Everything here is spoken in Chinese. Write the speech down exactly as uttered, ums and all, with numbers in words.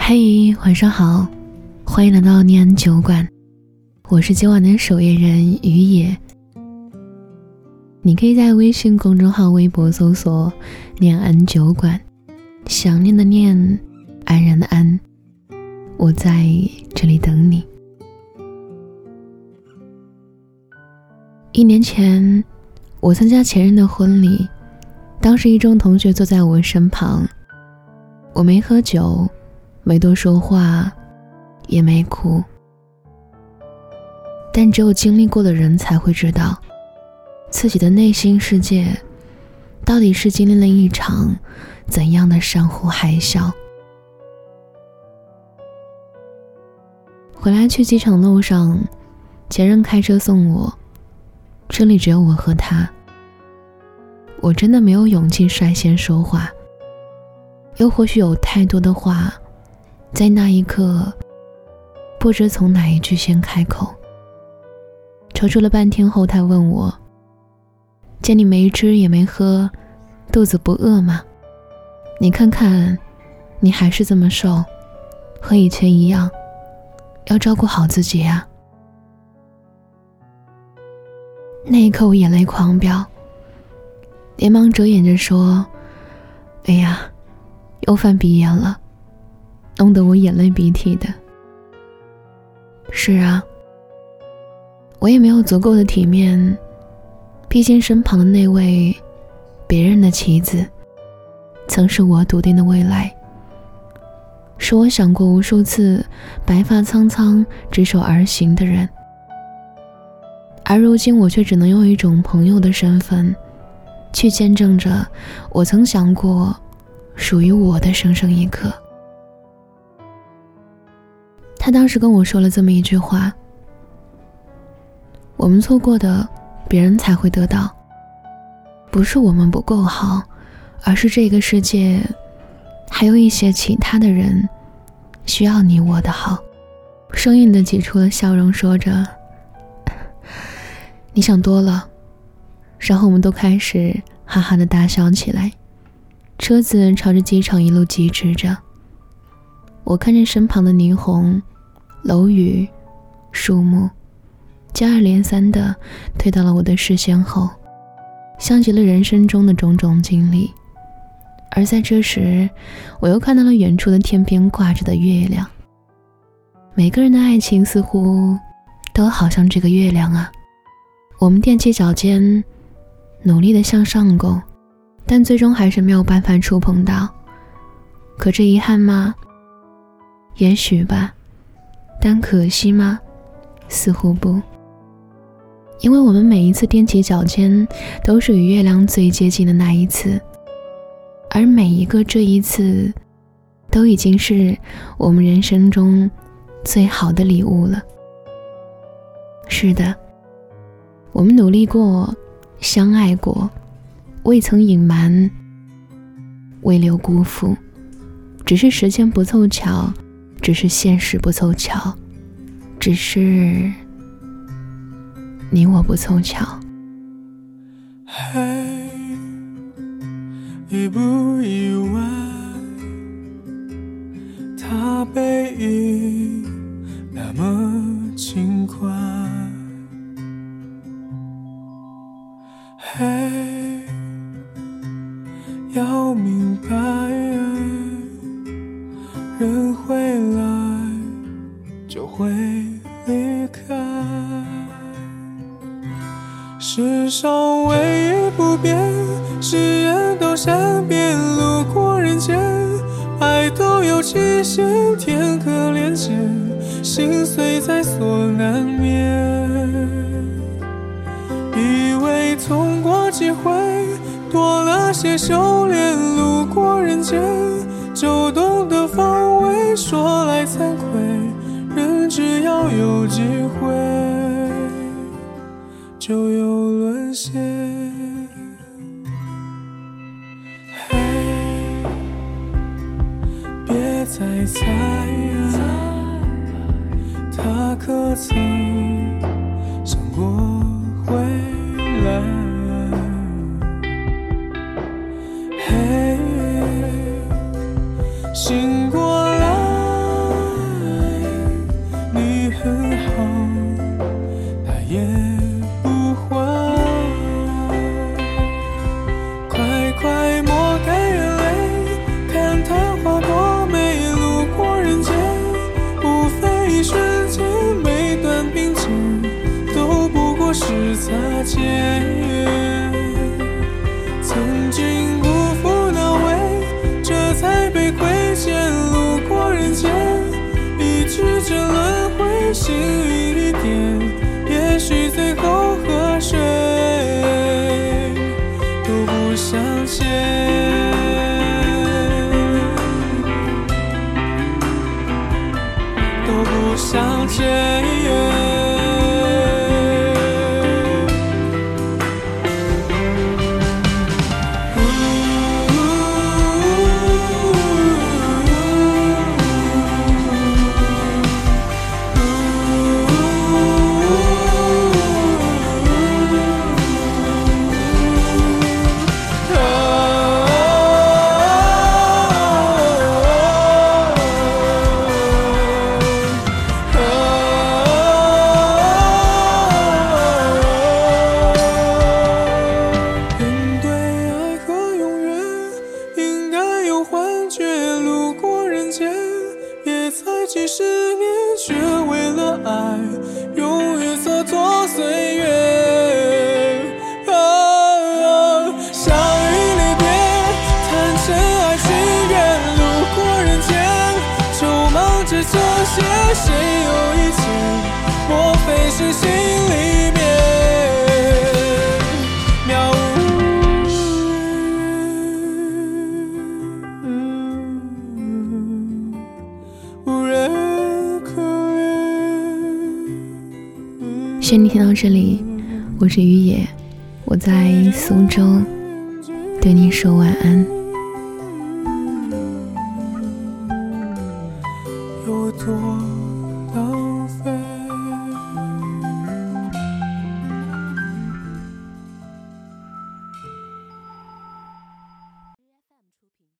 嘿，晚上好，欢迎来到念安酒馆，我是今晚的守夜人于野。你可以在微信公众号、微博搜索念安酒馆，想念的念，安然的安，我在这里等你。一年前，我参加前任的婚礼，当时一众同学坐在我身旁，我没喝酒，没多说话，也没哭，但只有经历过的人才会知道，自己的内心世界到底是经历了一场怎样的山呼海啸。回来去机场路上，前任开车送我，车里只有我和他。我真的没有勇气率先说话，又或许有太多的话在那一刻不知从哪一句先开口。踌躇了半天后，他问我，见你没吃也没喝，肚子不饿吗？你看看你还是这么瘦，和以前一样，要照顾好自己啊。那一刻我眼泪狂飙，连忙遮掩着说，哎呀，又犯鼻炎了，弄得我眼泪鼻涕的。是啊，我也没有足够的体面，毕竟身旁的那位别人的妻子曾是我笃定的未来，是我想过无数次白发苍苍执手而行的人，而如今我却只能用一种朋友的身份去见证着我曾想过属于我的生生一刻。他当时跟我说了这么一句话，我们错过的别人才会得到，不是我们不够好，而是这个世界还有一些其他的人需要你我的好。生硬地挤出了笑容，说着，你想多了。然后我们都开始哈哈地大笑起来，车子朝着机场一路疾驰着。我看着身旁的霓虹、楼宇、树木，接二连三地推到了我的视线后，像极了人生中的种种经历。而在这时，我又看到了远处的天边挂着的月亮。每个人的爱情似乎都好像这个月亮啊，我们踮起脚尖，努力地向上够，但最终还是没有办法触碰到。可这遗憾吗？也许吧，但可惜吗？似乎不。因为我们每一次踮起脚尖都是与月亮最接近的那一次，而每一个这一次都已经是我们人生中最好的礼物了。是的，我们努力过，相爱过，未曾隐瞒，未留辜负，只是时间不凑巧，只是现实不凑巧，只是你我不凑巧。 嘿，意不意外，他背影那么轻快。嘿，要明白，人会来就会离开，世上唯一不变是人都善变，路过人间爱都有期限，天可怜见，心碎在所难免。以为痛过几回，多了些修炼，路过人间就懂得防卫，说来惭愧，人只要有机会就有沦陷。嘿，别再猜他可曾想过回来。嘿，醒过来见。曾经不负那位，这才被亏欠。路过人间，理智这轮回，幸运一点，也许最后和谁都不相欠。都不相欠。几十年，却为了爱，勇于蹉跎岁月。啊，相遇离别，谈真爱许愿，路过人间，就忙着这些，谁有一切？莫非是心里面渺无无人可怜。 谢谢你听到这里，我是于野，我在苏州，对你说晚安。 有多